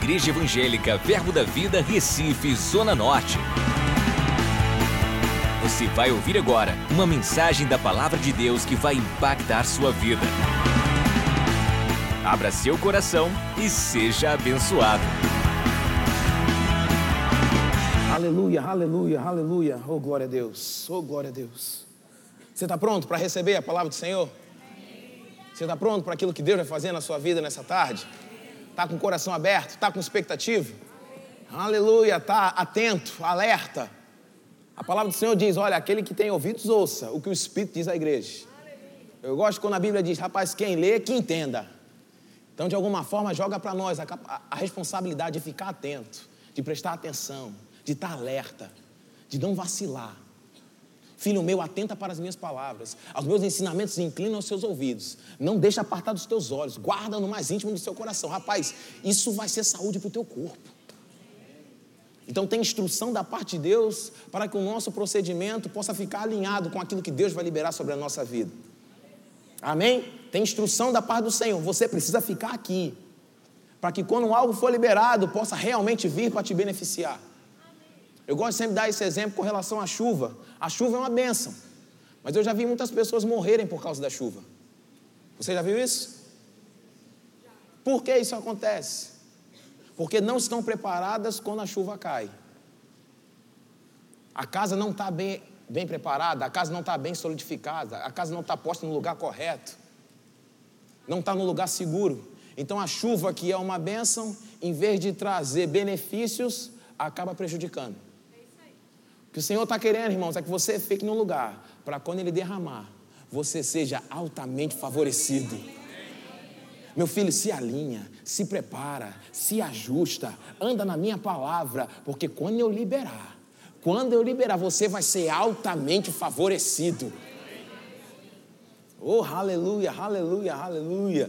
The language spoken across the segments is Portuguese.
Igreja Evangélica Verbo da Vida, Recife, Zona Norte. Você vai ouvir agora uma mensagem da Palavra de Deus que vai impactar sua vida. Abra seu coração e seja abençoado. Aleluia, aleluia, aleluia. Oh, glória a Deus, oh, glória a Deus. Você está pronto para receber a palavra do Senhor? Você está pronto para aquilo que Deus vai fazer na sua vida nessa tarde? Está com o coração aberto? Está com expectativa? Aleluia, está atento, alerta. A palavra do Senhor diz, olha, aquele que tem ouvidos ouça o que o Espírito diz à igreja. Eu gosto quando a Bíblia diz, rapaz, quem lê, que entenda. Então, de alguma forma, joga para nós a responsabilidade de ficar atento, de prestar atenção, de estar alerta, de não vacilar. Filho meu, atenta para as minhas palavras, aos meus ensinamentos inclina os seus ouvidos, não deixa apartar dos teus olhos, guarda no mais íntimo do seu coração. Rapaz, isso vai ser saúde para o teu corpo. Então tem instrução da parte de Deus para que o nosso procedimento possa ficar alinhado com aquilo que Deus vai liberar sobre a nossa vida. Amém? Tem instrução da parte do Senhor, você precisa ficar aqui, para que quando algo for liberado, possa realmente vir para te beneficiar. Eu gosto sempre de dar esse exemplo com relação à chuva. A chuva é uma bênção, mas eu já vi muitas pessoas morrerem por causa da chuva. Você já viu isso? Por que isso acontece? Porque não estão preparadas quando a chuva cai. A casa não está bem preparada, a casa não está bem solidificada, a casa não está posta no lugar correto, não está no lugar seguro. Então a chuva, que é uma bênção, em vez de trazer benefícios, acaba prejudicando. O que o Senhor está querendo, irmãos, é que você fique no lugar, para quando Ele derramar, você seja altamente favorecido. Meu filho, se alinha, se prepara, se ajusta, anda na minha palavra, porque quando eu liberar, você vai ser altamente favorecido. Oh, aleluia, aleluia, aleluia.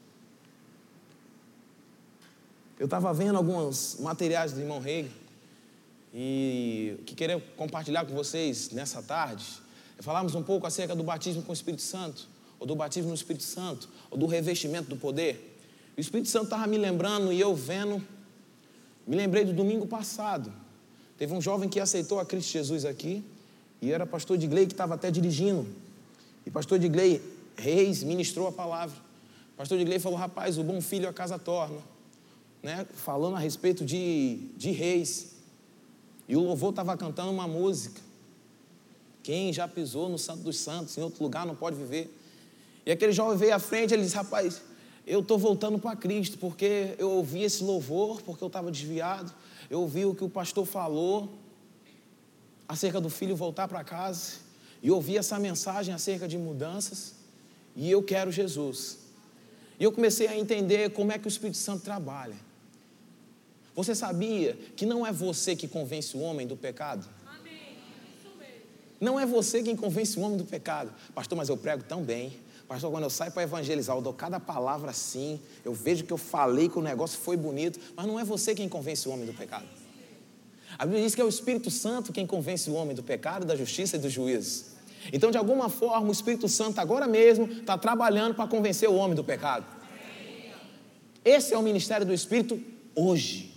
Eu estava vendo alguns materiais do irmão Rei, e o que queria compartilhar com vocês nessa tarde é falarmos um pouco acerca do batismo com o Espírito Santo, ou do batismo no Espírito Santo, ou do revestimento do poder. O Espírito Santo estava me lembrando e eu vendo, me lembrei do domingo passado. Teve um jovem que aceitou a Cristo Jesus aqui, e era pastor Digley que estava até dirigindo. E pastor Digley Reis ministrou a palavra. Pastor Digley falou, rapaz, o bom filho a casa torna, né? Falando a respeito de reis. E o louvor estava cantando uma música. Quem já pisou no Santo dos Santos, em outro lugar, não pode viver. E aquele jovem veio à frente e ele disse, rapaz, eu estou voltando para Cristo, porque eu ouvi esse louvor, porque eu estava desviado. Eu ouvi o que o pastor falou acerca do filho voltar para casa. E eu ouvi essa mensagem acerca de mudanças. E eu quero Jesus. E eu comecei a entender como é que o Espírito Santo trabalha. Você sabia que não é você que convence o homem do pecado? Amém. Isso mesmo. Não é você quem convence o homem do pecado. Pastor, mas eu prego tão bem. Pastor, quando eu saio para evangelizar, eu dou cada palavra assim. Eu vejo que eu falei, que o negócio foi bonito. Mas não é você quem convence o homem do pecado. A Bíblia diz que é o Espírito Santo quem convence o homem do pecado, da justiça e do juízo. Então, de alguma forma, o Espírito Santo agora mesmo está trabalhando para convencer o homem do pecado. Esse é o ministério do Espírito hoje.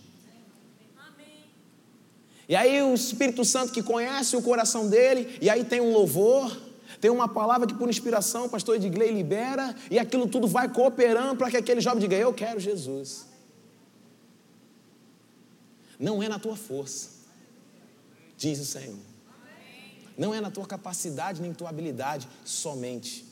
E aí o Espírito Santo que conhece o coração dele, e aí tem um louvor, tem uma palavra que por inspiração o pastor Edgley libera, e aquilo tudo vai cooperando para que aquele jovem diga, eu quero Jesus. Não é na tua força, diz o Senhor. Não é na tua capacidade nem tua habilidade somente.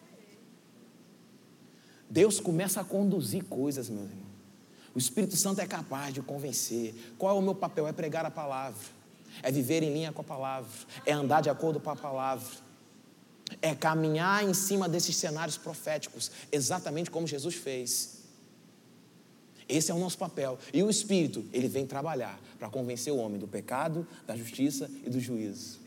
Deus começa a conduzir coisas, meu irmão. O Espírito Santo é capaz de convencer. Qual é o meu papel? É pregar a palavra, é viver em linha com a palavra, é andar de acordo com a palavra, é caminhar em cima desses cenários proféticos, exatamente como Jesus fez. Esse é o nosso papel. E o Espírito, ele vem trabalhar para convencer o homem do pecado, da justiça e do juízo.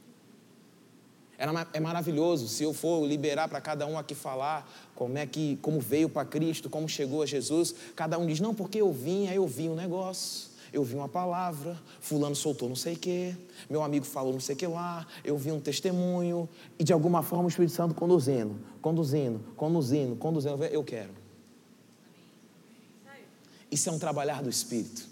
É maravilhoso se eu for liberar para cada um aqui falar como veio para Cristo, como chegou a Jesus. Cada um diz, não, porque eu vi um negócio, eu vi uma palavra, fulano soltou não sei o quê, meu amigo falou não sei o que lá, eu vi um testemunho, e de alguma forma o Espírito Santo conduzindo, eu quero. Isso é um trabalhar do Espírito.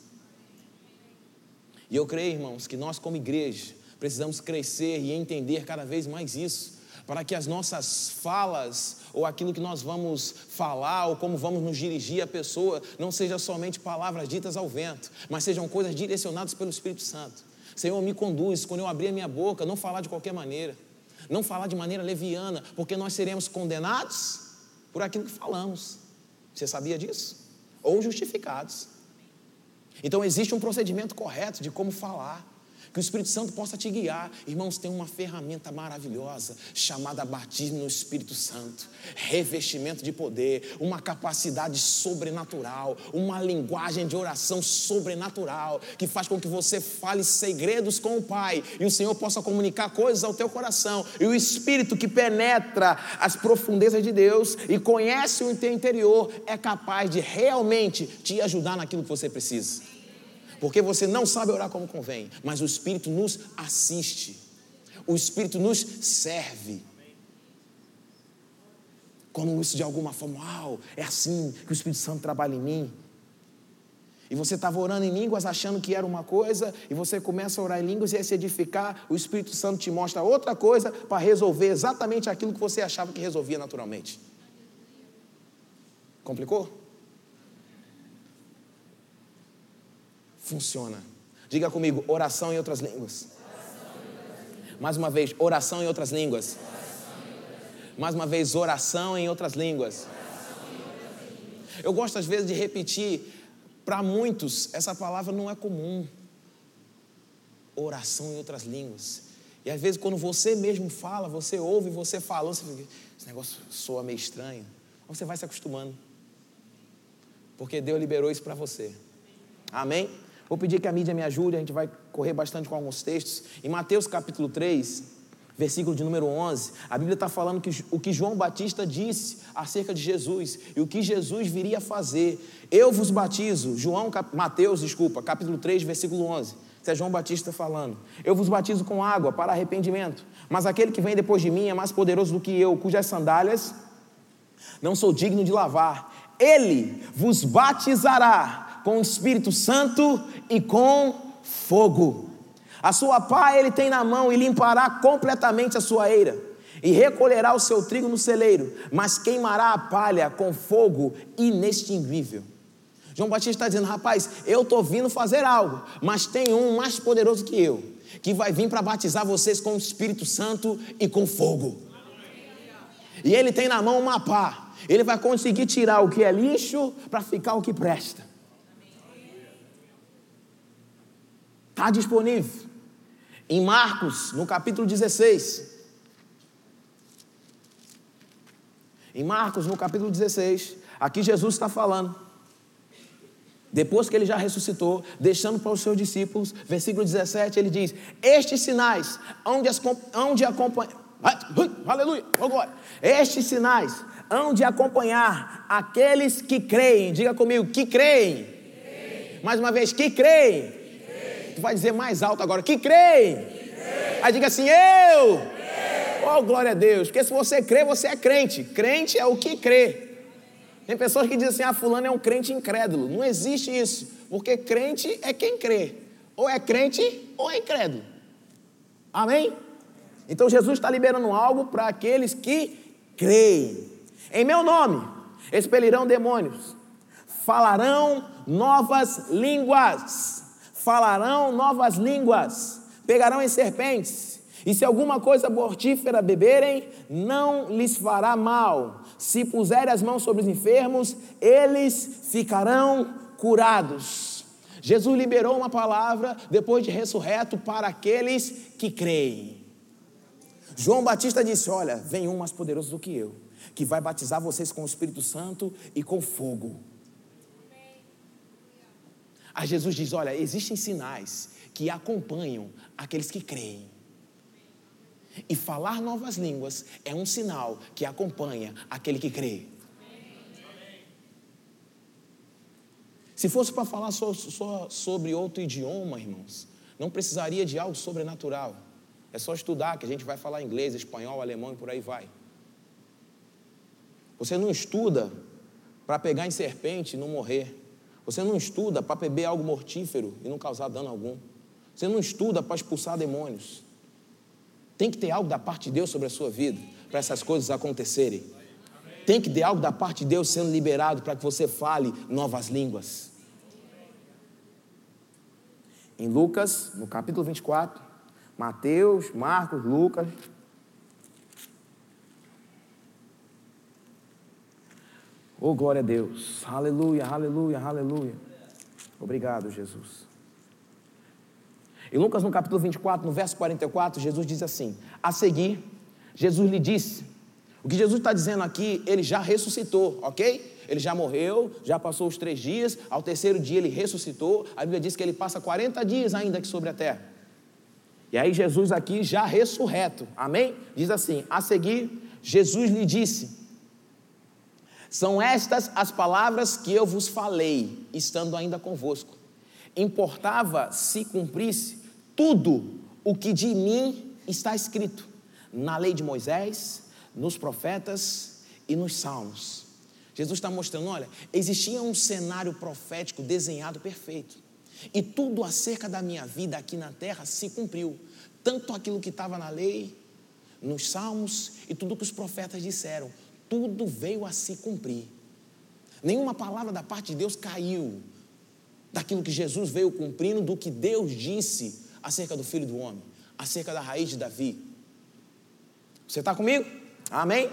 E eu creio, irmãos, que nós como igreja precisamos crescer e entender cada vez mais isso, para que as nossas falas, ou aquilo que nós vamos falar, ou como vamos nos dirigir à pessoa, não seja somente palavras ditas ao vento, mas sejam coisas direcionadas pelo Espírito Santo. Senhor, me conduz, quando eu abrir a minha boca, não falar de qualquer maneira, não falar de maneira leviana, porque nós seremos condenados por aquilo que falamos. Você sabia disso? Ou justificados. Então existe um procedimento correto de como falar, que o Espírito Santo possa te guiar. Irmãos, tem uma ferramenta maravilhosa chamada batismo no Espírito Santo, revestimento de poder, uma capacidade sobrenatural, uma linguagem de oração sobrenatural, que faz com que você fale segredos com o Pai e o Senhor possa comunicar coisas ao teu coração. E o Espírito que penetra as profundezas de Deus e conhece o teu interior é capaz de realmente te ajudar naquilo que você precisa. Porque você não sabe orar como convém, mas o Espírito nos assiste, o Espírito nos serve. Como isso de alguma forma, é assim que o Espírito Santo trabalha em mim. E você estava orando em línguas achando que era uma coisa, e você começa a orar em línguas e a se edificar, o Espírito Santo te mostra outra coisa para resolver exatamente aquilo que você achava que resolvia naturalmente. Complicou? Funciona. Diga comigo, oração em outras línguas. Mais uma vez, oração em outras línguas. Mais uma vez, oração em outras línguas. Eu gosto às vezes de repetir, para muitos essa palavra não é comum. Oração em outras línguas. E às vezes quando você mesmo fala, você ouve, você falou, você fica, esse negócio soa meio estranho. Mas você vai se acostumando. Porque Deus liberou isso para você. Amém? Vou pedir que a mídia me ajude, a gente vai correr bastante com alguns textos. Em Mateus capítulo 3, versículo de número 11, a Bíblia está falando que o que João Batista disse acerca de Jesus e o que Jesus viria fazer. Eu vos batizo, Mateus, capítulo 3, versículo 11. Isso é João Batista falando. Eu vos batizo com água para arrependimento, mas aquele que vem depois de mim é mais poderoso do que eu, cujas sandálias não sou digno de lavar. Ele vos batizará com o Espírito Santo e com fogo. A sua pá ele tem na mão e limpará completamente a sua eira e recolherá o seu trigo no celeiro, mas queimará a palha com fogo inextinguível. João Batista está dizendo, rapaz, eu estou vindo fazer algo, mas tem um mais poderoso que eu, que vai vir para batizar vocês com o Espírito Santo e com fogo. E ele tem na mão uma pá, ele vai conseguir tirar o que é lixo para ficar o que presta. Está disponível. Em Marcos, no capítulo 16. Em Marcos, no capítulo 16, aqui Jesus está falando. Depois que ele já ressuscitou, deixando para os seus discípulos, versículo 17, ele diz, estes sinais, onde acompanhar, aleluia, glória. Estes sinais, hão de acompanhar aqueles que creem. Diga comigo, que creem. Mais uma vez, que creem. Vai dizer mais alto agora, que creem. Aí diga assim, eu. Oh, glória a Deus, porque se você crê, você é crente. Crente é o que crê. Tem pessoas que dizem assim, fulano é um crente incrédulo. Não existe isso, porque crente é quem crê. Ou é crente ou é incrédulo. Amém? Então Jesus está liberando algo para aqueles que creem. Em meu nome expelirão demônios, falarão novas línguas. Falarão novas línguas, pegarão em serpentes, e se alguma coisa mortífera beberem, não lhes fará mal. Se puserem as mãos sobre os enfermos, eles ficarão curados. Jesus liberou uma palavra, depois de ressurreto, para aqueles que creem. João Batista disse, olha, vem um mais poderoso do que eu, que vai batizar vocês com o Espírito Santo e com fogo. Aí Jesus diz, olha, existem sinais que acompanham aqueles que creem. E falar novas línguas é um sinal que acompanha aquele que crê. Se fosse para falar só sobre outro idioma, irmãos, não precisaria de algo sobrenatural. É só estudar, que a gente vai falar inglês, espanhol, alemão e por aí vai. Você não estuda para pegar em serpente e não morrer. Você não estuda para beber algo mortífero e não causar dano algum. Você não estuda para expulsar demônios. Tem que ter algo da parte de Deus sobre a sua vida para essas coisas acontecerem. Tem que ter algo da parte de Deus sendo liberado para que você fale novas línguas. Em Lucas, no capítulo 24, Mateus, Marcos, Lucas. Oh, glória a Deus. Aleluia, aleluia, aleluia. Obrigado, Jesus. Em Lucas, no capítulo 24, no verso 44, Jesus diz assim: a seguir, Jesus lhe disse. O que Jesus está dizendo aqui, ele já ressuscitou, ok? Ele já morreu, já passou os 3 dias, ao 3º dia ele ressuscitou. A Bíblia diz que ele passa 40 dias ainda aqui sobre a terra. E aí Jesus aqui já ressurreto, amém? Diz assim: a seguir, Jesus lhe disse: são estas as palavras que eu vos falei, estando ainda convosco. Importava se cumprisse tudo o que de mim está escrito na lei de Moisés, nos profetas e nos salmos. Jesus está mostrando, olha, existia um cenário profético desenhado perfeito. E tudo acerca da minha vida aqui na terra se cumpriu. Tanto aquilo que estava na lei, nos salmos e tudo que os profetas disseram. Tudo veio a se cumprir. Nenhuma palavra da parte de Deus caiu daquilo que Jesus veio cumprindo, do que Deus disse acerca do Filho do Homem, acerca da raiz de Davi. Você está comigo? Amém?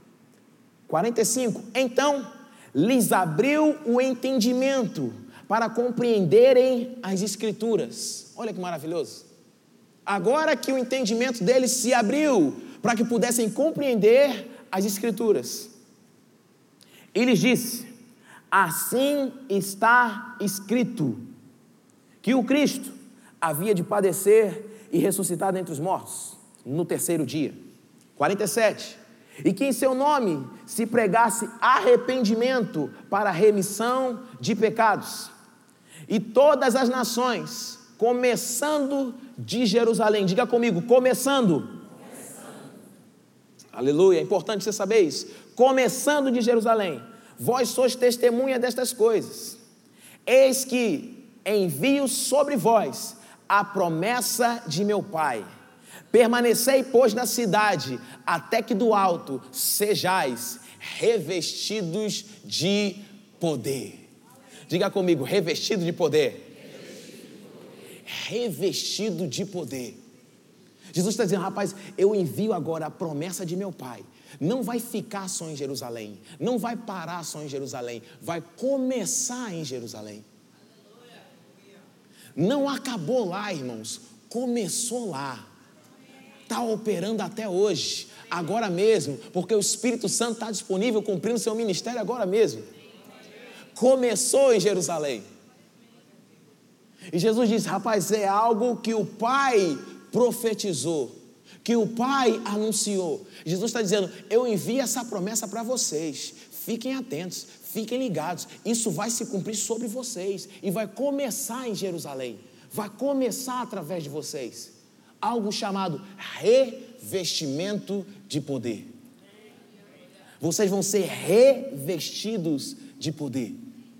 45. Então, lhes abriu o entendimento para compreenderem as Escrituras. Olha que maravilhoso. Agora que o entendimento deles se abriu, para que pudessem compreender as Escrituras. E lhes disse: assim está escrito, que o Cristo havia de padecer e ressuscitar dentre os mortos no 3º dia. 47. E que em seu nome se pregasse arrependimento para a remissão de pecados. E todas as nações, começando de Jerusalém. Diga comigo, começando. Aleluia, é importante você saber isso. Começando de Jerusalém. Vós sois testemunha destas coisas. Eis que envio sobre vós a promessa de meu Pai. Permanecei, pois, na cidade, até que do alto sejais revestidos de poder. Diga comigo, revestido de poder. Revestido de poder. Jesus está dizendo, rapaz, eu envio agora a promessa de meu Pai. Não vai ficar só em Jerusalém. Não vai parar só em Jerusalém. Vai começar em Jerusalém. Não acabou lá, irmãos. Começou lá. Está operando até hoje, agora mesmo, porque o Espírito Santo está disponível, cumprindo seu ministério agora mesmo. Começou em Jerusalém. E Jesus disse, rapaz, é algo que o Pai profetizou, que o Pai anunciou. Jesus está dizendo, eu envio essa promessa para vocês, fiquem atentos, fiquem ligados, isso vai se cumprir sobre vocês, e vai começar em Jerusalém, vai começar através de vocês. Algo chamado revestimento de poder. Vocês vão ser revestidos de poder.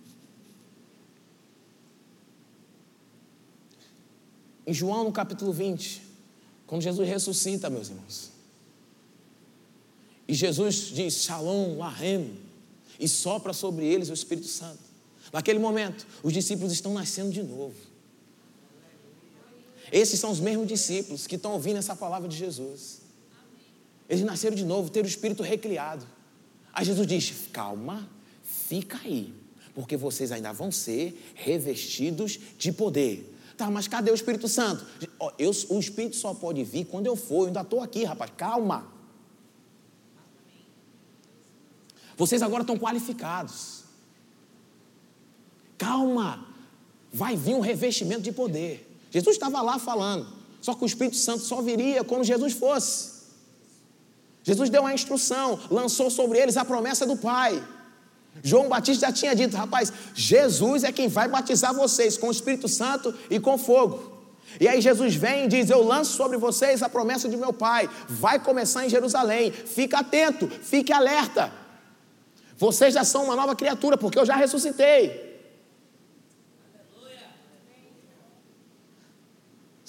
Em João, no capítulo 20, quando Jesus ressuscita, meus irmãos, e Jesus diz, Shalom, Lahem, e sopra sobre eles o Espírito Santo. Naquele momento, os discípulos estão nascendo de novo. Esses são os mesmos discípulos que estão ouvindo essa palavra de Jesus. Eles nasceram de novo, ter o Espírito recriado. Aí Jesus diz, calma, fica aí, porque vocês ainda vão ser revestidos de poder. Tá, mas cadê o Espírito Santo? O Espírito só pode vir quando eu for, eu ainda estou aqui, rapaz, calma. Vocês agora estão qualificados. Calma, vai vir um revestimento de poder. Jesus estava lá falando, só que o Espírito Santo só viria quando Jesus fosse. Jesus deu a instrução, lançou sobre eles a promessa do Pai. João Batista já tinha dito, rapaz, Jesus é quem vai batizar vocês com o Espírito Santo e com fogo. E aí Jesus vem e diz, eu lanço sobre vocês a promessa de meu Pai, vai começar em Jerusalém, fica atento, fique alerta. Vocês já são uma nova criatura, porque eu já ressuscitei.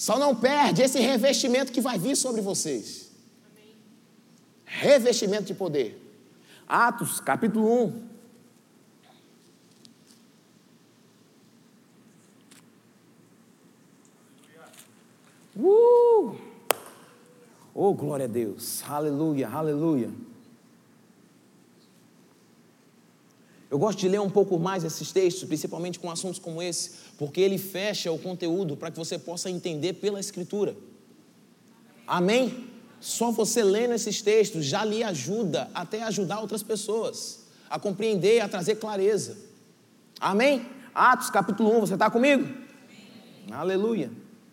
Só não perde esse revestimento que vai vir sobre vocês. Revestimento de poder. Atos, capítulo 1. Oh, glória a Deus. Aleluia, aleluia. Eu gosto de ler um pouco mais esses textos, principalmente com assuntos como esse, porque ele fecha o conteúdo para que você possa entender pela Escritura. Amém? Só você lendo esses textos já lhe ajuda até ajudar outras pessoas a compreender, a trazer clareza. Amém? Atos capítulo 1, você está comigo? Amém. Aleluia.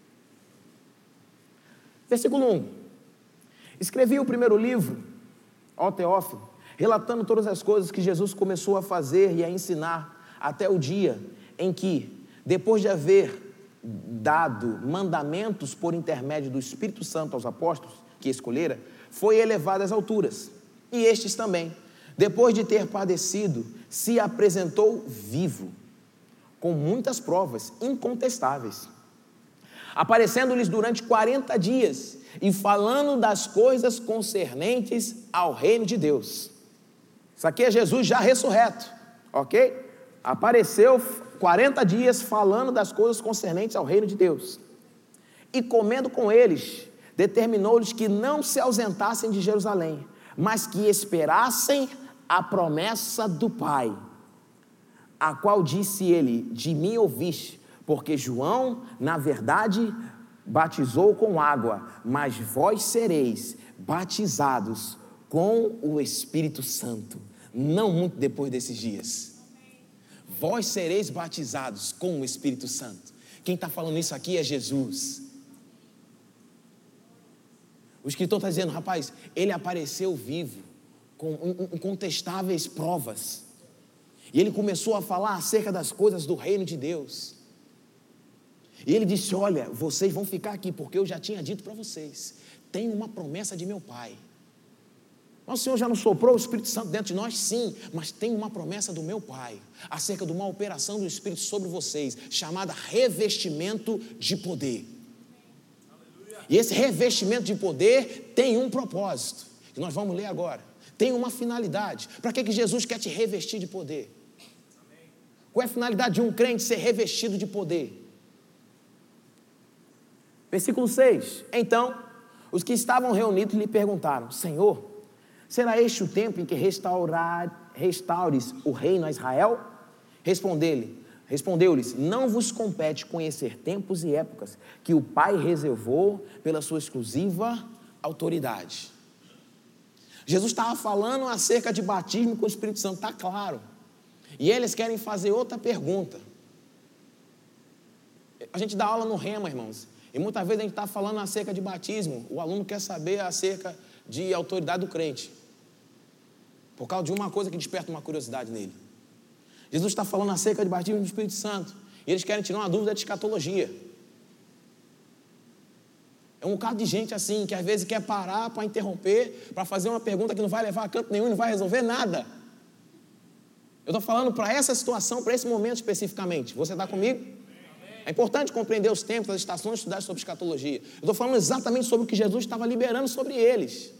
Versículo 1. Escrevi o primeiro livro, ó Teófilo, relatando todas as coisas que Jesus começou a fazer e a ensinar até o dia em que, depois de haver dado mandamentos por intermédio do Espírito Santo aos apóstolos que escolhera, foi elevado às alturas. E estes também, depois de ter padecido, se apresentou vivo, com muitas provas incontestáveis, aparecendo-lhes durante 40 dias e falando das coisas concernentes ao reino de Deus. Isso aqui é Jesus já ressurreto, ok? Apareceu 40 dias falando das coisas concernentes ao reino de Deus. E comendo com eles, determinou-lhes que não se ausentassem de Jerusalém, mas que esperassem a promessa do Pai, a qual disse ele: de mim ouviste, porque João, na verdade, batizou com água, mas vós sereis batizados com o Espírito Santo, não muito depois desses dias. Vós sereis batizados com o Espírito Santo. Quem está falando isso aqui é Jesus. O escritor está dizendo, rapaz, ele apareceu vivo, com incontestáveis provas. E ele começou a falar acerca das coisas do reino de Deus. E ele disse, olha, vocês vão ficar aqui, porque eu já tinha dito para vocês, tem uma promessa de meu Pai. Mas o Senhor já não soprou o Espírito Santo dentro de nós? Sim, mas tem uma promessa do meu Pai, acerca de uma operação do Espírito sobre vocês, chamada revestimento de poder. E esse revestimento de poder tem um propósito, que nós vamos ler agora. Tem uma finalidade. Para que Jesus quer te revestir de poder? Qual é a finalidade de um crente ser revestido de poder? Versículo 6. Então, os que estavam reunidos lhe perguntaram, Senhor, será este o tempo em que restaures o reino a Israel? Respondeu-lhes, não vos compete conhecer tempos e épocas que o Pai reservou pela sua exclusiva autoridade. Jesus estava falando acerca de batismo com o Espírito Santo, está claro. E eles querem fazer outra pergunta. A gente dá aula no Rema, irmãos, e muitas vezes a gente está falando acerca de batismo, o aluno quer saber acerca de autoridade do crente, por causa de uma coisa que desperta uma curiosidade nele. Jesus está falando acerca de batismo do Espírito Santo, e eles querem tirar uma dúvida de escatologia. É um bocado de gente assim, que às vezes quer parar para interromper, para fazer uma pergunta que não vai levar a canto nenhum e não vai resolver nada. Eu estou falando para essa situação, para esse momento especificamente. Você está comigo? É importante compreender os tempos, as estações, estudar sobre escatologia. Eu estou falando exatamente sobre o que Jesus estava liberando sobre eles.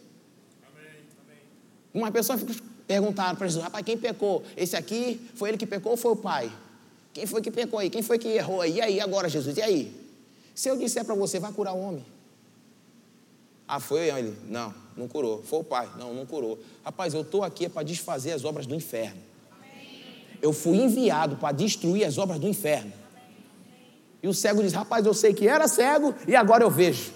Uma pessoa perguntaram para Jesus, rapaz, quem pecou? Esse aqui, foi ele que pecou ou foi o pai? Quem foi que pecou aí? Quem foi que errou aí? E aí agora, Jesus? E aí? Se eu disser para você, vai curar o homem? Ah, foi ele? Não, não curou. Foi o pai? Não, não curou. Rapaz, eu estou aqui para desfazer as obras do inferno. Eu fui enviado para destruir as obras do inferno. E o cego diz, rapaz, eu sei que era cego e agora eu vejo.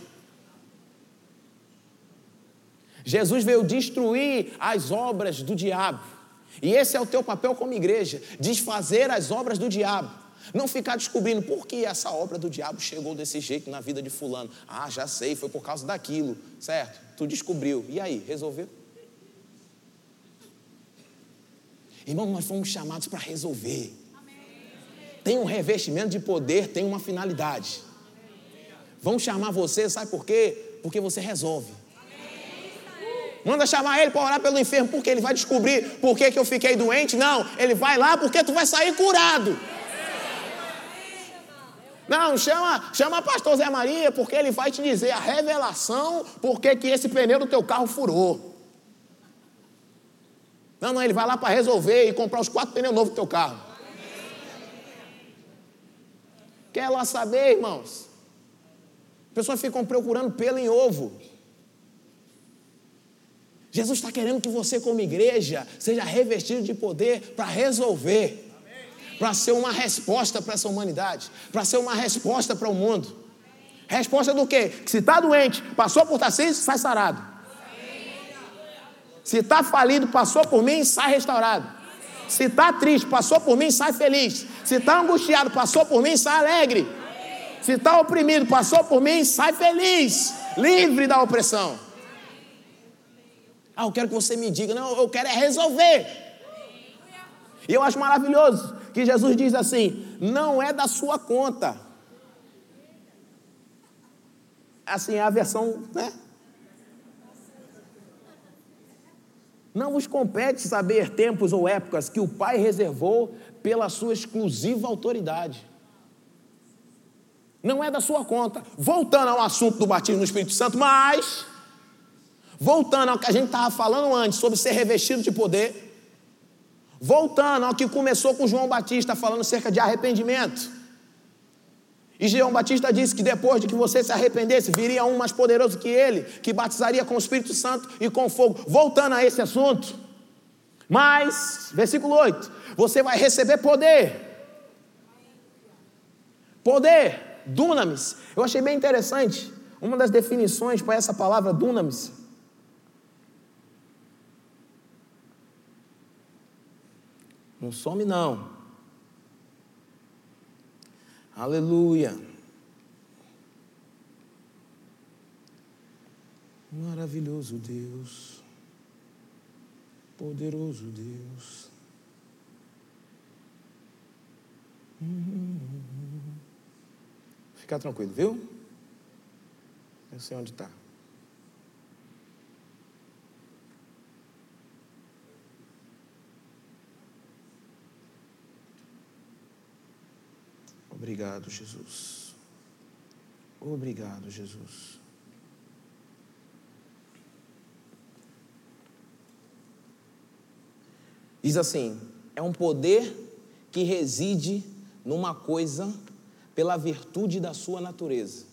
Jesus veio destruir as obras do diabo. E esse é o teu papel como igreja, desfazer as obras do diabo. Não ficar descobrindo por que essa obra do diabo chegou desse jeito na vida de fulano. Ah, já sei, foi por causa daquilo, certo? Tu descobriu. E aí, resolveu? Irmão, nós fomos chamados para resolver. Tem um revestimento de poder, tem uma finalidade. Vão chamar você, sabe por quê? Porque você resolve. Manda chamar ele para orar pelo enfermo, porque ele vai descobrir por que eu fiquei doente. Não, ele vai lá porque tu vai sair curado. Não, chama pastor Zé Maria, porque ele vai te dizer a revelação porque que esse pneu do teu carro furou. Não, ele vai lá para resolver e comprar os 4 pneus novos do teu carro. Quer lá saber, irmãos? Pessoas ficam procurando pelo em ovo. Jesus está querendo que você, como igreja, seja revestido de poder para resolver, para ser uma resposta para essa humanidade, para ser uma resposta para o mundo. Resposta do quê? Que se está doente, passou por Tarcísio, sai sarado. Se está falido, passou por mim, sai restaurado. Se está triste, passou por mim, sai feliz. Se está angustiado, passou por mim, sai alegre. Se está oprimido, passou por mim, sai feliz, livre da opressão. Eu quero que você me diga. Não, eu quero é resolver. E eu acho maravilhoso que Jesus diz assim: não é da sua conta. Assim é a versão, né? Não vos compete saber tempos ou épocas que o Pai reservou pela sua exclusiva autoridade. Não é da sua conta. Voltando ao assunto do batismo no Espírito Santo, mas voltando ao que a gente estava falando antes sobre ser revestido de poder, voltando ao que começou com João Batista falando acerca de arrependimento. E João Batista disse que depois de que você se arrependesse, viria um mais poderoso que ele, que batizaria com o Espírito Santo e com fogo. Voltando a esse assunto, mas, versículo 8, você vai receber poder. Poder, dunamis. Eu achei bem interessante, uma das definições para essa palavra dunamis. Não some não. Aleluia. Maravilhoso Deus, poderoso Deus. Fica tranquilo, viu? Eu sei onde está. Obrigado, Jesus. Obrigado, Jesus. Diz assim: é um poder que reside numa coisa pela virtude da sua natureza.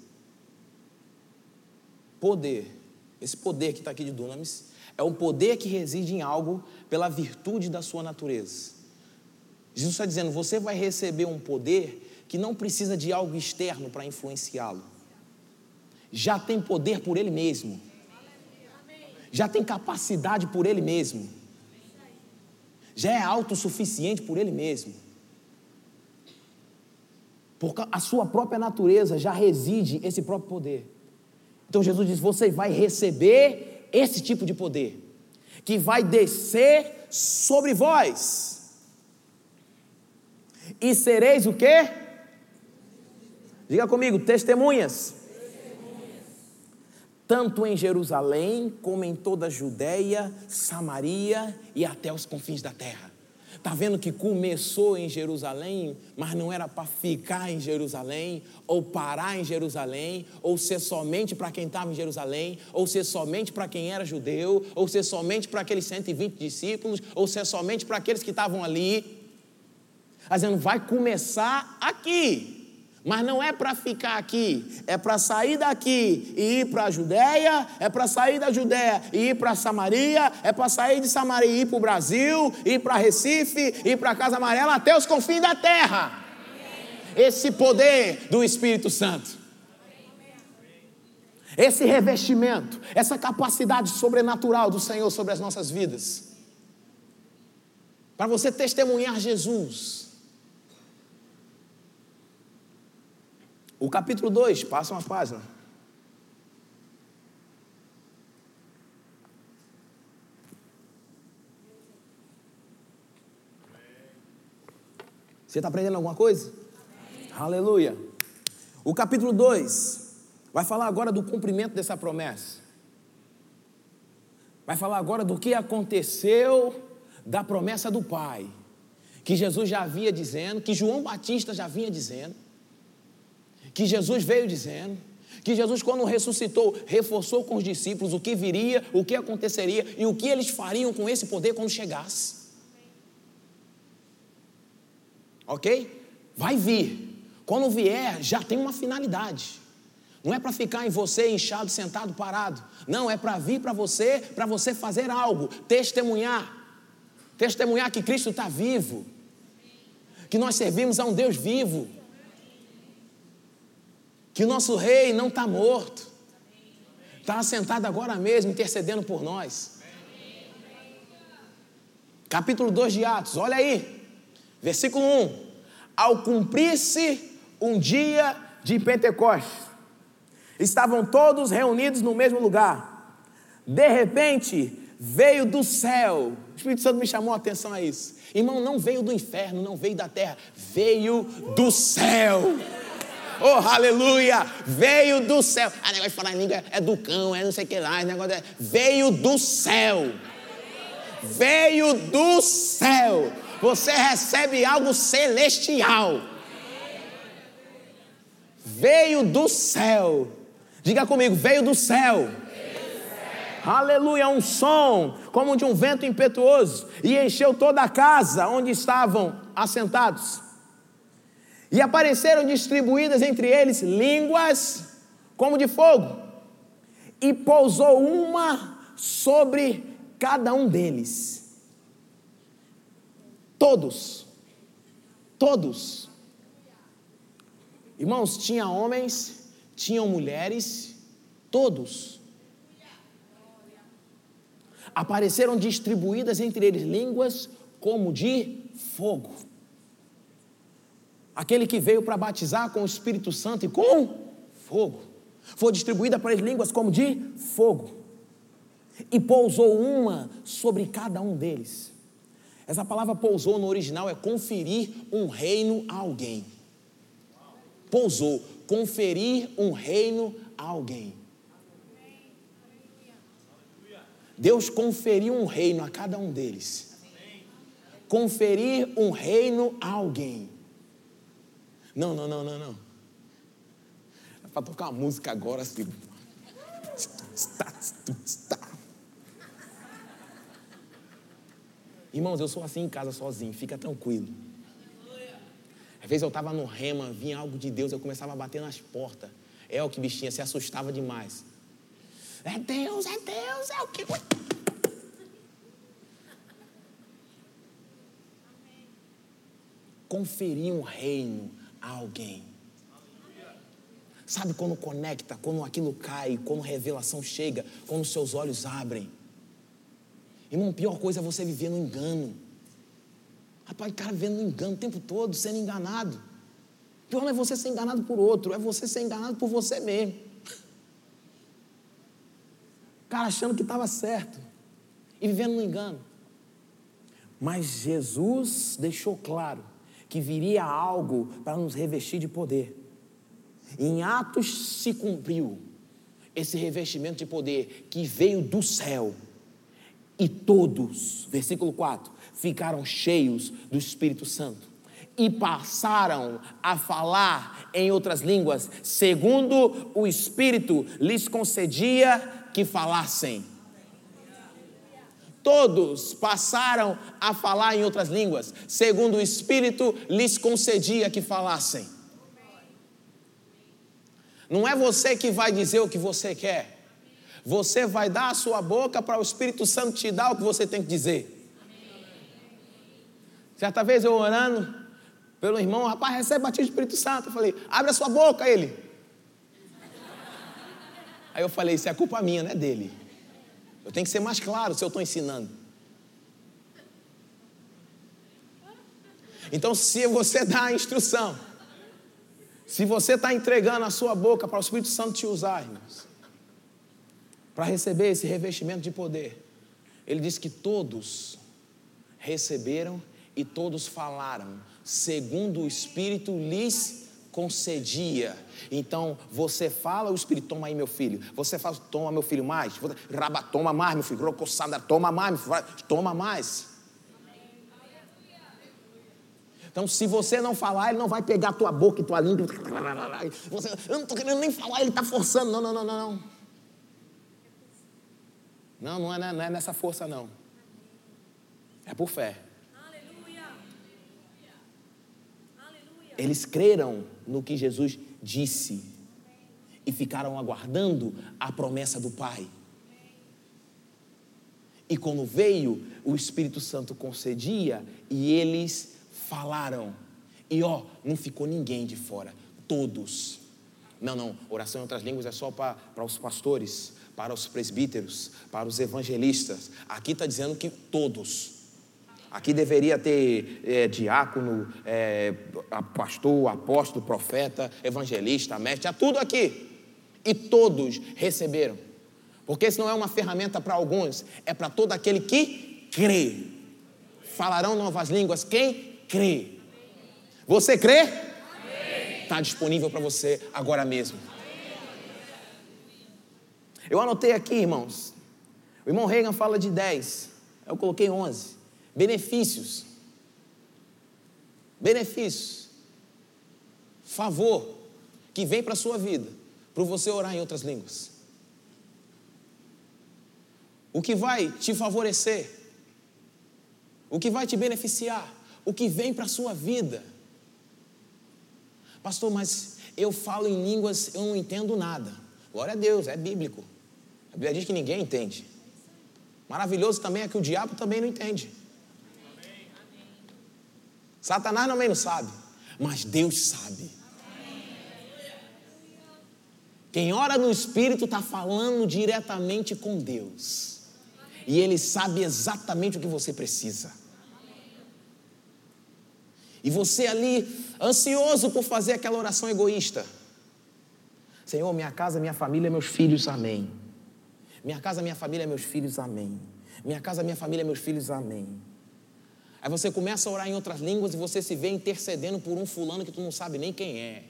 Poder, esse poder que está aqui de dunamis, é um poder que reside em algo pela virtude da sua natureza. Jesus está dizendo: você vai receber um poder que não precisa de algo externo para influenciá-lo. Já tem poder por ele mesmo. Já tem capacidade por ele mesmo. Já é autossuficiente por ele mesmo. Porque a sua própria natureza já reside esse próprio poder. Então Jesus diz: você vai receber esse tipo de poder, que vai descer sobre vós. E sereis o quê? Diga comigo: testemunhas. Tanto em Jerusalém, como em toda a Judeia, Samaria e até os confins da terra. Está vendo que começou em Jerusalém, mas não era para ficar em Jerusalém, ou parar em Jerusalém, ou ser somente para quem estava em Jerusalém, ou ser somente para quem era judeu, ou ser somente para aqueles 120 discípulos, ou ser somente para aqueles que estavam ali. Dizendo: vai começar aqui. Mas não é para ficar aqui, é para sair daqui e ir para a Judéia, é para sair da Judéia e ir para Samaria, é para sair de Samaria e ir para o Brasil, ir para Recife, ir para a Casa Amarela, até os confins da terra. Esse poder do Espírito Santo, esse revestimento, essa capacidade sobrenatural do Senhor sobre as nossas vidas, para você testemunhar Jesus. O capítulo 2, passa uma página. Você está aprendendo alguma coisa? Aleluia. O capítulo 2 vai falar agora do cumprimento dessa promessa. Vai falar agora do que aconteceu da promessa do Pai, que Jesus já havia dizendo, que João Batista já vinha dizendo, que Jesus veio dizendo, que Jesus, quando ressuscitou, reforçou com os discípulos o que viria, o que aconteceria e o que eles fariam com esse poder quando chegasse. Ok? Vai vir. Quando vier, já tem uma finalidade. Não é para ficar em você inchado, sentado, parado. Não, é para vir para você fazer algo, testemunhar. Testemunhar que Cristo está vivo, que nós servimos a um Deus vivo, que o nosso rei não está morto, está assentado agora mesmo, intercedendo por nós. Capítulo 2 de Atos, olha aí, versículo 1. Ao cumprir-se um dia de Pentecostes, estavam todos reunidos no mesmo lugar. De repente, veio do céu. O Espírito Santo me chamou a atenção a isso. Irmão, não veio do inferno, não veio da terra, veio do céu. Oh, aleluia! Veio do céu. Negócio de falar em língua é do cão, é não sei o que lá, negócio é... Veio do céu. Veio do céu. Você recebe algo celestial. Veio do céu. Diga comigo, veio do céu. Aleluia, um som como de um vento impetuoso e encheu toda a casa onde estavam assentados. E apareceram distribuídas entre eles línguas como de fogo, e pousou uma sobre cada um deles. Todos. Irmãos, tinha homens, tinham mulheres, todos. Apareceram distribuídas entre eles línguas como de fogo. Aquele que veio para batizar com o Espírito Santo e com fogo. Foi distribuída para eles línguas como de fogo. E pousou uma sobre cada um deles. Essa palavra pousou no original é conferir um reino a alguém. Pousou, conferir um reino a alguém. Deus conferiu um reino a cada um deles. Conferir um reino a alguém. Não. É para tocar uma música agora assim. Irmãos, eu sou assim em casa sozinho, fica tranquilo. Às vezes eu estava no rema, vinha algo de Deus, eu começava a bater nas portas. É o que bichinha, se assustava demais. É Deus, é o que... Conferir um reino a alguém. Sabe quando conecta, quando aquilo cai, quando revelação chega, quando seus olhos abrem. Irmão, a pior coisa é você viver no engano. Rapaz, o cara vivendo no engano o tempo todo, sendo enganado. O pior não é você ser enganado por outro, é você ser enganado por você mesmo. O cara achando que estava certo e vivendo no engano. Mas Jesus deixou claro que viria algo para nos revestir de poder. Em Atos se cumpriu esse revestimento de poder que veio do céu. E todos, versículo 4, ficaram cheios do Espírito Santo e passaram a falar em outras línguas, segundo o Espírito lhes concedia que falassem. Todos passaram a falar em outras línguas, segundo o Espírito lhes concedia que falassem. Não é você que vai dizer o que você quer. Você vai dar a sua boca para o Espírito Santo te dar o que você tem que dizer. Certa vez eu orando pelo irmão, rapaz, recebe batismo do Espírito Santo. Eu falei, abre a sua boca, ele. Aí eu falei, isso é culpa minha, não é dele. Eu tenho que ser mais claro se eu estou ensinando. Então, se você dá a instrução, se você está entregando a sua boca para o Espírito Santo te usar, irmãos, para receber esse revestimento de poder, ele diz que todos receberam e todos falaram, segundo o Espírito lhes concedia. Então, você fala, o Espírito, toma aí meu filho. Você fala, toma meu filho mais. Raba, toma mais meu filho. Rocossada, toma mais, toma mais. Então, se você não falar, ele não vai pegar a tua boca e tua língua. Eu não estou querendo nem falar, ele está forçando. Não. Não é nessa força, não. É por fé. Eles creram no que Jesus disse e ficaram aguardando a promessa do Pai. E quando veio, o Espírito Santo concedia e eles falaram. E não ficou ninguém de fora, todos. Não, oração em outras línguas é só para os pastores, para os presbíteros, para os evangelistas. Aqui está dizendo que todos. Aqui deveria ter diácono, pastor, apóstolo, profeta, evangelista, mestre, há tudo aqui. E todos receberam. Porque isso não é uma ferramenta para alguns, é para todo aquele que crê. Falarão novas línguas quem crê. Você crê? Está disponível para você agora mesmo. Eu anotei aqui, irmãos. O irmão Reagan fala de 10. Eu coloquei 11. Benefícios. Favor que vem para a sua vida, para você orar em outras línguas. O que vai te favorecer, o que vai te beneficiar, o que vem para a sua vida. Pastor, mas eu falo em línguas, eu não entendo nada. Glória a Deus, é bíblico. A Bíblia diz que ninguém entende. Maravilhoso também é que o diabo também não entende. Satanás também não sabe, mas Deus sabe. Quem ora no Espírito está falando diretamente com Deus. E Ele sabe exatamente o que você precisa. E você ali, ansioso por fazer aquela oração egoísta. Senhor, minha casa, minha família, meus filhos, amém. Minha casa, minha família, meus filhos, amém. Minha casa, minha família, meus filhos, amém. Aí você começa a orar em outras línguas e você se vê intercedendo por um fulano que tu não sabe nem quem é.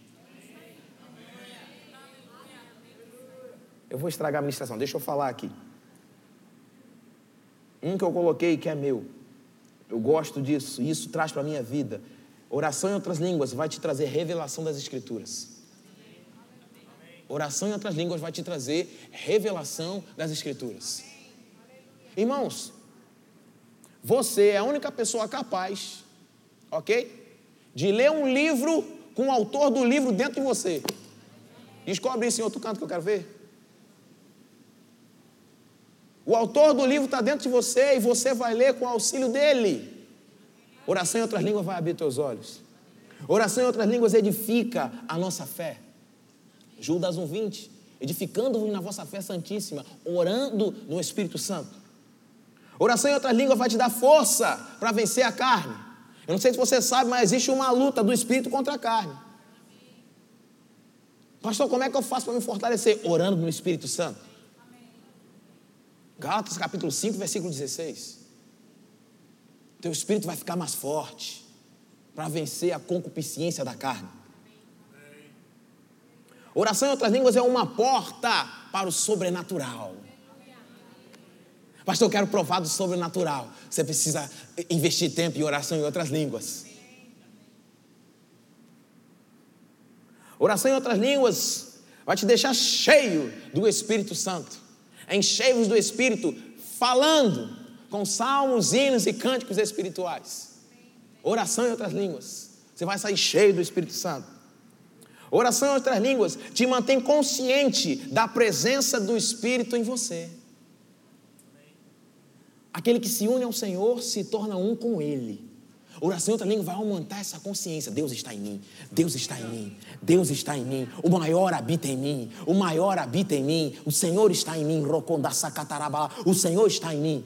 Eu vou estragar a ministração, deixa eu falar aqui. Um que eu coloquei que é meu. Eu gosto disso, e isso traz para a minha vida. Oração em outras línguas vai te trazer revelação das Escrituras. Oração em outras línguas vai te trazer revelação das Escrituras. Irmãos, você é a única pessoa capaz, ok? De ler um livro com o autor do livro dentro de você. Descobre isso em outro canto que eu quero ver. O autor do livro está dentro de você e você vai ler com o auxílio dele. Oração em outras línguas vai abrir teus olhos. Oração em outras línguas edifica a nossa fé. Judas 1:20, edificando-vos na vossa fé santíssima, orando no Espírito Santo. Oração em outras línguas vai te dar força para vencer a carne. Eu não sei se você sabe, mas existe uma luta do Espírito contra a carne. Pastor, como é que eu faço para me fortalecer? Orando no Espírito Santo. Gálatas capítulo 5, versículo 16. Teu espírito vai ficar mais forte para vencer a concupiscência da carne. Oração em outras línguas é uma porta para o sobrenatural. Pastor, eu quero provar do sobrenatural. Você precisa investir tempo em oração em outras línguas. Oração em outras línguas vai te deixar cheio do Espírito Santo. Enchei-vos do Espírito, falando com salmos, hinos e cânticos espirituais. Oração em outras línguas. Você vai sair cheio do Espírito Santo. Oração em outras línguas te mantém consciente da presença do Espírito em você. Aquele que se une ao Senhor se torna um com Ele. Oração em outra língua vai aumentar essa consciência. Deus está em mim, Deus está em mim, Deus está em mim. O maior habita em mim, o maior habita em mim. O Senhor está em mim, o Senhor está em mim.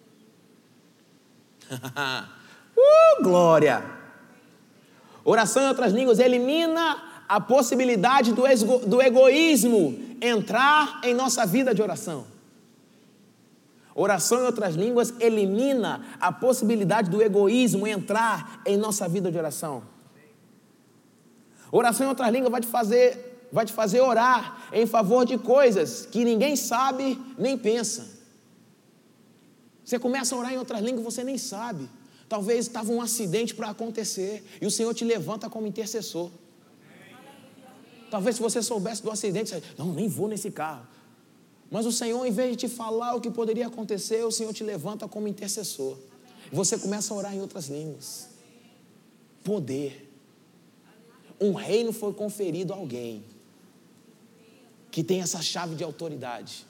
Glória! Oração em outras línguas elimina a possibilidade do egoísmo entrar em nossa vida de oração. Oração em outras línguas elimina a possibilidade do egoísmo entrar em nossa vida de oração. Oração em outras línguas vai te fazer orar em favor de coisas que ninguém sabe nem pensa. Você começa a orar em outras línguas e você nem sabe. Talvez estava um acidente para acontecer e o Senhor te levanta como intercessor. Talvez se você soubesse do acidente, você, não, nem vou nesse carro. Mas o Senhor, em vez de te falar o que poderia acontecer, o Senhor te levanta como intercessor. Você começa a orar em outras línguas. Poder. Um reino foi conferido a alguém que tem essa chave de autoridade.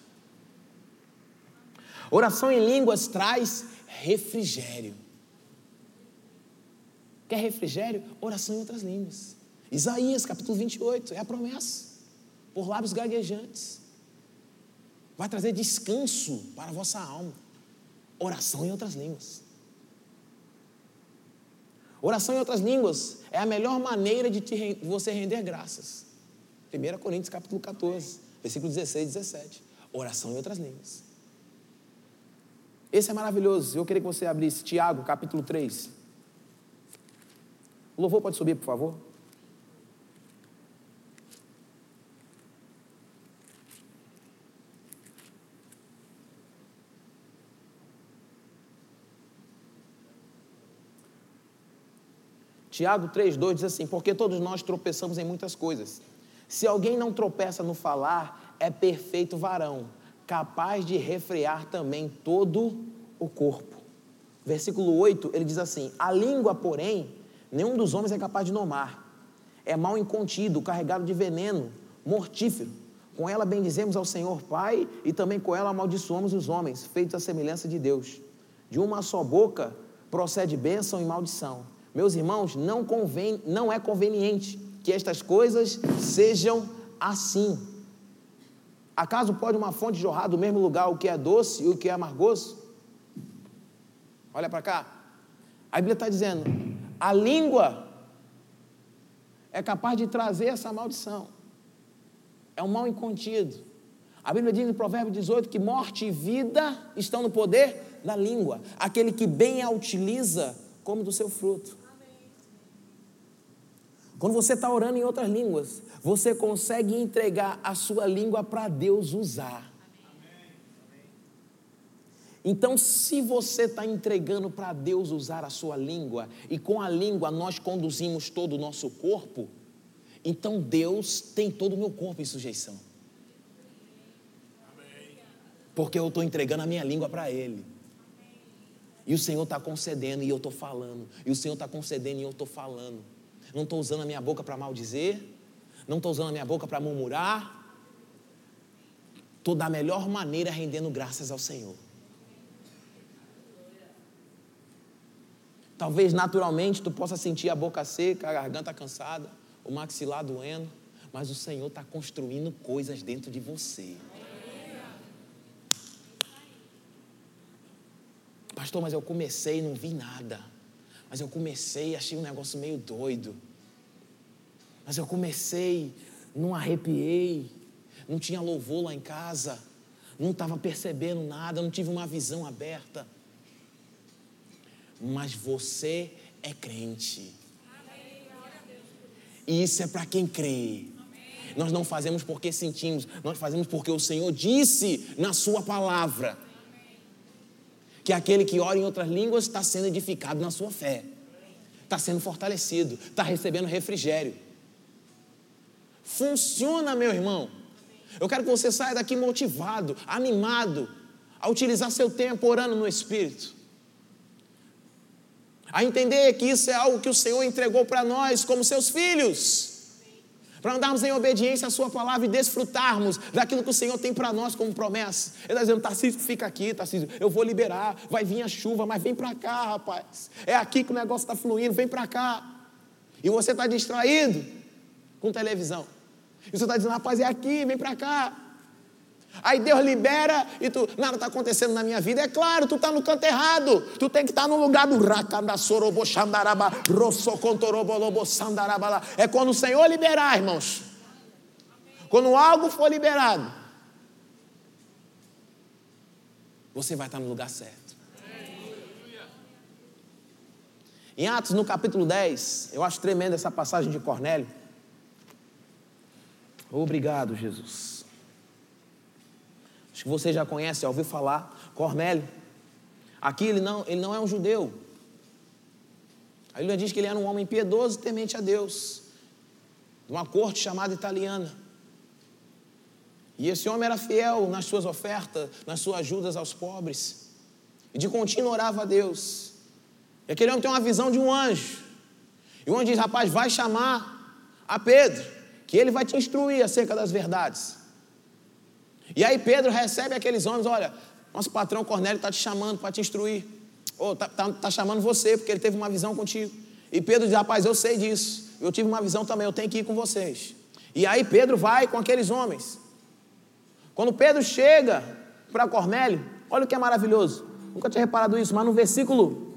Oração em línguas traz refrigério. Quer refrigério? Oração em outras línguas. Isaías capítulo 28, é a promessa. Por lábios gaguejantes. Vai trazer descanso para a vossa alma. Oração em outras línguas. Oração em outras línguas é a melhor maneira de você render graças. 1 Coríntios capítulo 14, versículo 16 e 17. Oração em outras línguas. Esse é maravilhoso. Eu queria que você abrisse Tiago capítulo 3. O louvor pode subir, por favor? Tiago 3,2 diz assim: porque todos nós tropeçamos em muitas coisas. Se alguém não tropeça no falar, é perfeito varão, capaz de refrear também todo o corpo. Versículo 8, ele diz assim: a língua, porém, nenhum dos homens é capaz de domar. É mal incontido, carregado de veneno, mortífero. Com ela bendizemos ao Senhor Pai, e também com ela amaldiçoamos os homens, feitos à semelhança de Deus. De uma só boca procede bênção e maldição. Meus irmãos, não é conveniente que estas coisas sejam assim. Acaso pode uma fonte jorrar do mesmo lugar o que é doce e o que é amargoso? Olha para cá. A Bíblia está dizendo, a língua é capaz de trazer essa maldição. É um mal incontido. A Bíblia diz em Provérbios 18 que morte e vida estão no poder da língua. Aquele que bem a utiliza, come do seu fruto. Quando você está orando em outras línguas, você consegue entregar a sua língua para Deus usar. Então, se você está entregando para Deus usar a sua língua, e com a língua nós conduzimos todo o nosso corpo, então Deus tem todo o meu corpo em sujeição. Porque eu estou entregando a minha língua para Ele. E o Senhor está concedendo e eu estou falando. E o Senhor está concedendo e eu estou falando. Não estou usando a minha boca para maldizer. Não estou usando a minha boca para murmurar. Estou da melhor maneira rendendo graças ao Senhor. Talvez naturalmente tu possa sentir a boca seca, a garganta cansada, o maxilar doendo. Mas o Senhor está construindo coisas dentro de você. Pastor, mas eu comecei e não vi nada. Mas eu comecei e achei um negócio meio doido. Mas eu comecei, não arrepiei. Não tinha louvor lá em casa. Não estava percebendo nada, não tive uma visão aberta. Mas você é crente. E isso é para quem crê. Nós não fazemos porque sentimos, nós fazemos porque o Senhor disse na sua palavra. Que aquele que ora em outras línguas está sendo edificado na sua fé. Está sendo fortalecido, está recebendo refrigério. Funciona, meu irmão. Eu quero que você saia daqui motivado, animado, a utilizar seu tempo orando no Espírito. A entender que isso é algo que o Senhor entregou para nós como seus filhos. Para andarmos em obediência à sua palavra e desfrutarmos daquilo que o Senhor tem para nós como promessa. Ele está dizendo, Tarcísio, fica aqui, Tarcísio, eu vou liberar, vai vir a chuva, mas vem para cá, rapaz. É aqui que o negócio está fluindo, vem para cá. E você está distraído com televisão. E você está dizendo, rapaz, é aqui, vem para cá. Aí Deus libera e tu, nada está acontecendo na minha vida. É claro, tu está no canto errado. Tu tem que estar no lugar do racandasorobo xandaraba, rossocontorobo sandaraba. É quando o Senhor liberar, irmãos. Quando algo for liberado, você vai estar no lugar certo. Em Atos, no capítulo 10, eu acho tremenda essa passagem de Cornélio. Obrigado, Jesus. Acho que você já conhece, já ouviu falar. Cornélio. Aqui ele não é um judeu. A Bíblia diz que ele era um homem piedoso e temente a Deus, de uma corte chamada italiana. E esse homem era fiel nas suas ofertas, nas suas ajudas aos pobres. E de contínuo orava a Deus. E aquele homem tem uma visão de um anjo. E o anjo diz: rapaz, vai chamar a Pedro, que ele vai te instruir acerca das verdades. E aí Pedro recebe aqueles homens: olha, nosso patrão Cornélio está te chamando para te instruir. Ou tá chamando você, porque ele teve uma visão contigo. E Pedro diz: rapaz, eu sei disso, eu tive uma visão também, eu tenho que ir com vocês. E aí Pedro vai com aqueles homens. Quando Pedro chega para Cornélio, olha o que é maravilhoso. Nunca tinha reparado isso, mas no versículo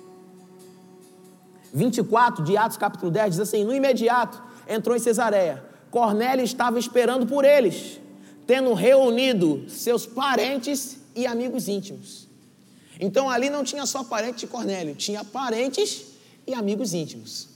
24 de Atos capítulo 10, diz assim: no imediato entrou em Cesareia. Cornélio estava esperando por eles, tendo reunido seus parentes e amigos íntimos. Então ali não tinha só parente de Cornélio, tinha parentes e amigos íntimos.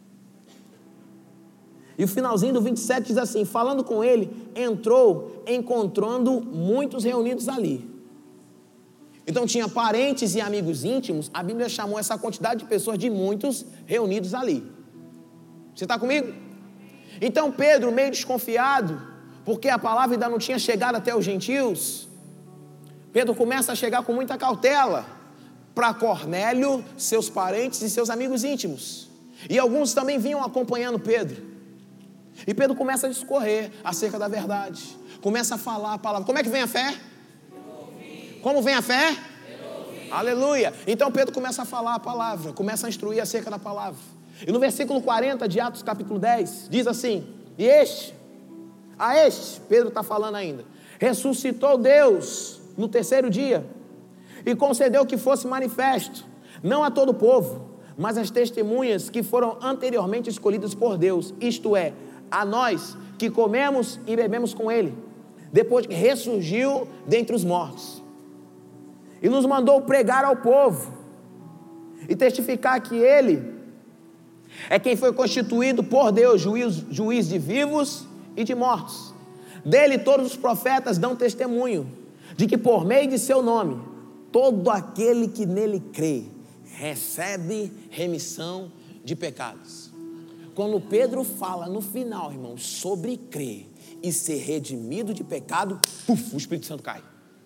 E o finalzinho do 27 diz assim: falando com ele, entrou encontrando muitos reunidos ali. Então tinha parentes e amigos íntimos. A Bíblia chamou essa quantidade de pessoas de muitos reunidos ali. Você está comigo? Então Pedro, meio desconfiado, porque a palavra ainda não tinha chegado até os gentios, Pedro começa a chegar com muita cautela para Cornélio, seus parentes e seus amigos íntimos. E alguns também vinham acompanhando Pedro. E Pedro começa a discorrer acerca da verdade. Começa a falar a palavra. Como é que vem a fé? Como vem a fé? Aleluia. Então Pedro começa a falar a palavra, começa a instruir acerca da palavra. E no versículo 40 de Atos capítulo 10, diz assim: e a este, Pedro está falando ainda, ressuscitou Deus no terceiro dia, e concedeu que fosse manifesto, não a todo o povo, mas às testemunhas que foram anteriormente escolhidas por Deus, isto é, a nós que comemos e bebemos com ele, depois que ressurgiu dentre os mortos. E nos mandou pregar ao povo e testificar que ele é quem foi constituído por Deus juiz de vivos e de mortos. Dele todos os profetas dão testemunho de que por meio de seu nome todo aquele que nele crê recebe remissão de pecados. Quando Pedro fala no final, irmãos, sobre crer e ser redimido de pecado, o Espírito Santo cai.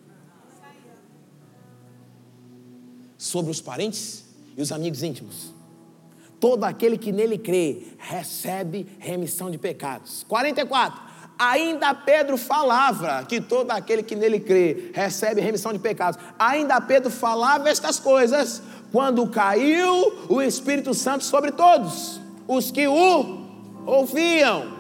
Sobre os parentes e os amigos íntimos. Todo aquele que nele crê recebe remissão de pecados. 44. Ainda Pedro falava que todo aquele que nele crê recebe remissão de pecados. Ainda Pedro falava estas coisas quando caiu o Espírito Santo sobre todos os que o ouviam.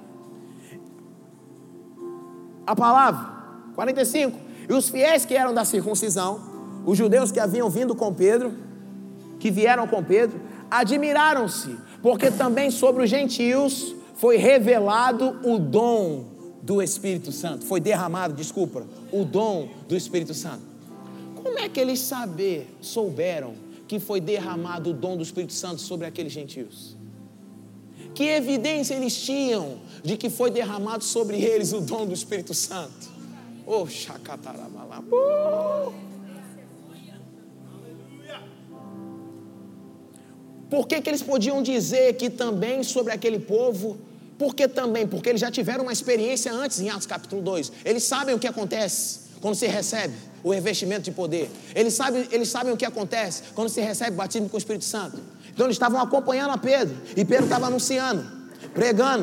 A palavra, 45. E os fiéis que eram da circuncisão, os judeus que haviam vindo com Pedro, que vieram com Pedro, admiraram-se, porque também sobre os gentios foi revelado o dom do Espírito Santo. Foi derramado, o dom do Espírito Santo. Como é que eles souberam que foi derramado o dom do Espírito Santo sobre aqueles gentios? Que evidência eles tinham de que foi derramado sobre eles o dom do Espírito Santo? Oh, chacatarabalá. Por que eles podiam dizer que também sobre aquele povo? Por que também? Porque eles já tiveram uma experiência antes em Atos capítulo 2. Eles sabem o que acontece quando se recebe o revestimento de poder. Eles sabem o que acontece quando se recebe o batismo com o Espírito Santo. Então eles estavam acompanhando a Pedro. E Pedro estava anunciando, pregando.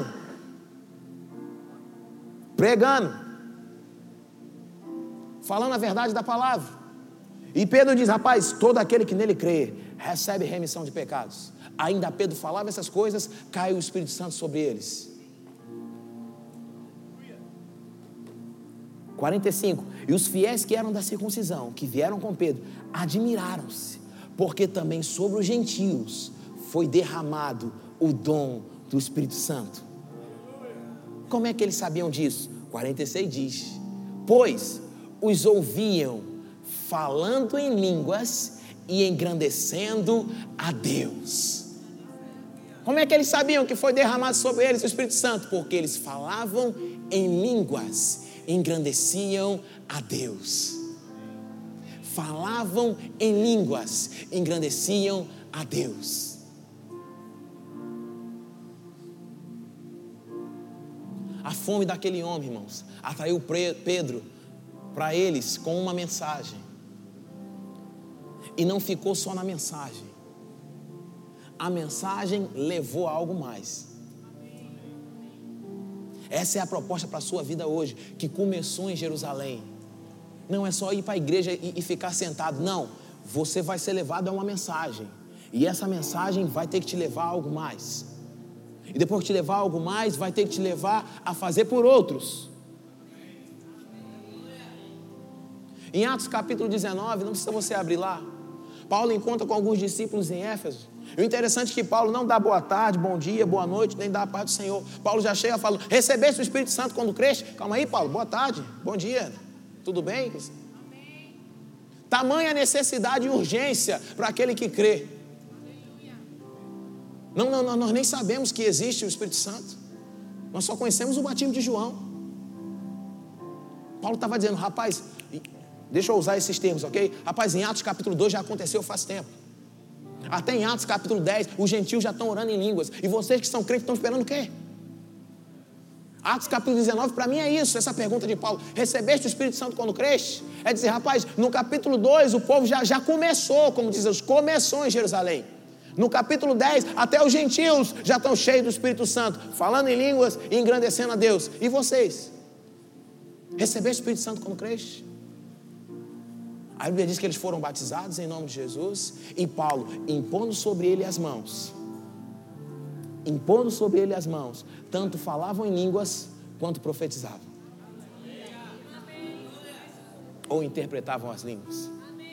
Falando a verdade da palavra. E Pedro diz: rapaz, todo aquele que nele crê recebe remissão de pecados. Ainda Pedro falava essas coisas, caiu o Espírito Santo sobre eles. 45. E os fiéis que eram da circuncisão, que vieram com Pedro, admiraram-se, porque também sobre os gentios foi derramado o dom do Espírito Santo. Como é que eles sabiam disso? 46 diz: pois os ouviam falando em línguas e engrandecendo a Deus. Como é que eles sabiam que foi derramado sobre eles o Espírito Santo? Porque eles falavam em línguas, engrandeciam a Deus. Falavam em línguas, engrandeciam a Deus. A fome daquele homem, irmãos, atraiu Pedro para eles com uma mensagem. E não ficou só na mensagem. A mensagem levou a algo mais. Essa é a proposta para a sua vida hoje, que começou em Jerusalém. Não é só ir para a igreja e ficar sentado. Não, você vai ser levado a uma mensagem. E essa mensagem vai ter que te levar a algo mais. E depois que te levar a algo mais, vai ter que te levar a fazer por outros. Em Atos capítulo 19, não precisa você abrir lá, Paulo encontra com alguns discípulos em Éfeso. E o interessante é que Paulo não dá boa tarde, bom dia, boa noite, nem dá a paz do Senhor. Paulo já chega falando: recebeste o Espírito Santo quando creste? Calma aí, Paulo, boa tarde, bom dia, tudo bem? Amém. Tamanha necessidade e urgência para aquele que crê. Não, nós nem sabemos que existe o Espírito Santo. Nós só conhecemos o batismo de João. Paulo estava dizendo: rapaz, deixa eu usar esses termos, ok? Rapaz, em Atos capítulo 2 já aconteceu faz tempo. Até em Atos capítulo 10, os gentios já estão orando em línguas. E vocês que são crentes estão esperando o quê? Atos capítulo 19, para mim é isso, essa pergunta de Paulo. Recebeste o Espírito Santo quando creste? É dizer, rapaz, no capítulo 2 o povo já começou, como diz Deus, começou em Jerusalém. No capítulo 10, até os gentios já estão cheios do Espírito Santo, falando em línguas e engrandecendo a Deus. E vocês? Recebeste o Espírito Santo quando creste? A Bíblia diz que eles foram batizados em nome de Jesus. E Paulo, impondo sobre ele as mãos, tanto falavam em línguas quanto profetizavam. Ou interpretavam as línguas.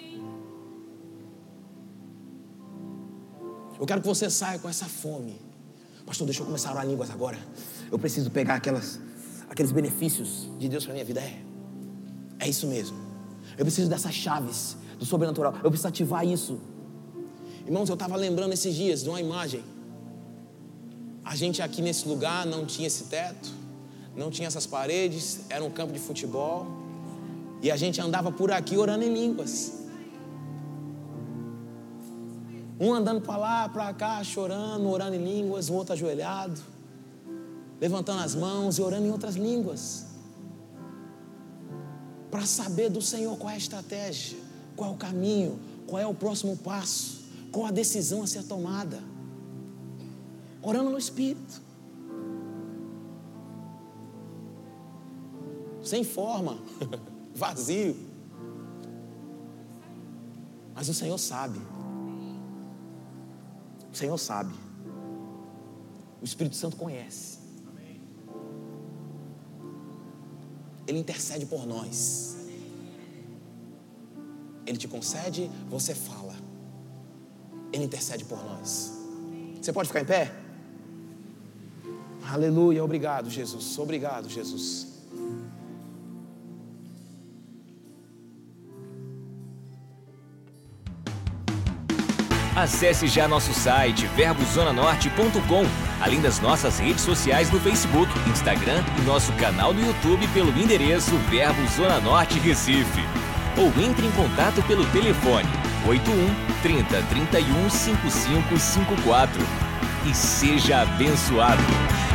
Eu quero que você saia com essa fome. Pastor, deixa eu começar a orar em línguas agora. Eu preciso pegar aqueles benefícios de Deus para a minha vida. É isso mesmo. Eu preciso dessas chaves do sobrenatural. Eu preciso ativar isso. Irmãos, eu estava lembrando esses dias de uma imagem. A gente aqui nesse lugar não tinha esse teto, não tinha essas paredes, era um campo de futebol. E a gente andava por aqui orando em línguas. Um andando para lá, para cá, chorando, orando em línguas, o outro ajoelhado, levantando as mãos e orando em outras línguas. Para saber do Senhor qual é a estratégia, qual é o caminho, qual é o próximo passo, qual a decisão a ser tomada. Orando no Espírito. Sem forma, vazio. Mas o Senhor sabe. O Senhor sabe. O Espírito Santo conhece. Ele intercede por nós. Ele te concede, você fala. Ele intercede por nós. Você pode ficar em pé? Aleluia, obrigado, Jesus. Obrigado, Jesus. Acesse já nosso site verbozonanorte.com, além das nossas redes sociais no Facebook, Instagram e nosso canal no YouTube pelo endereço Verbo Zona Norte Recife. Ou entre em contato pelo telefone 81 30 31 5554 e seja abençoado.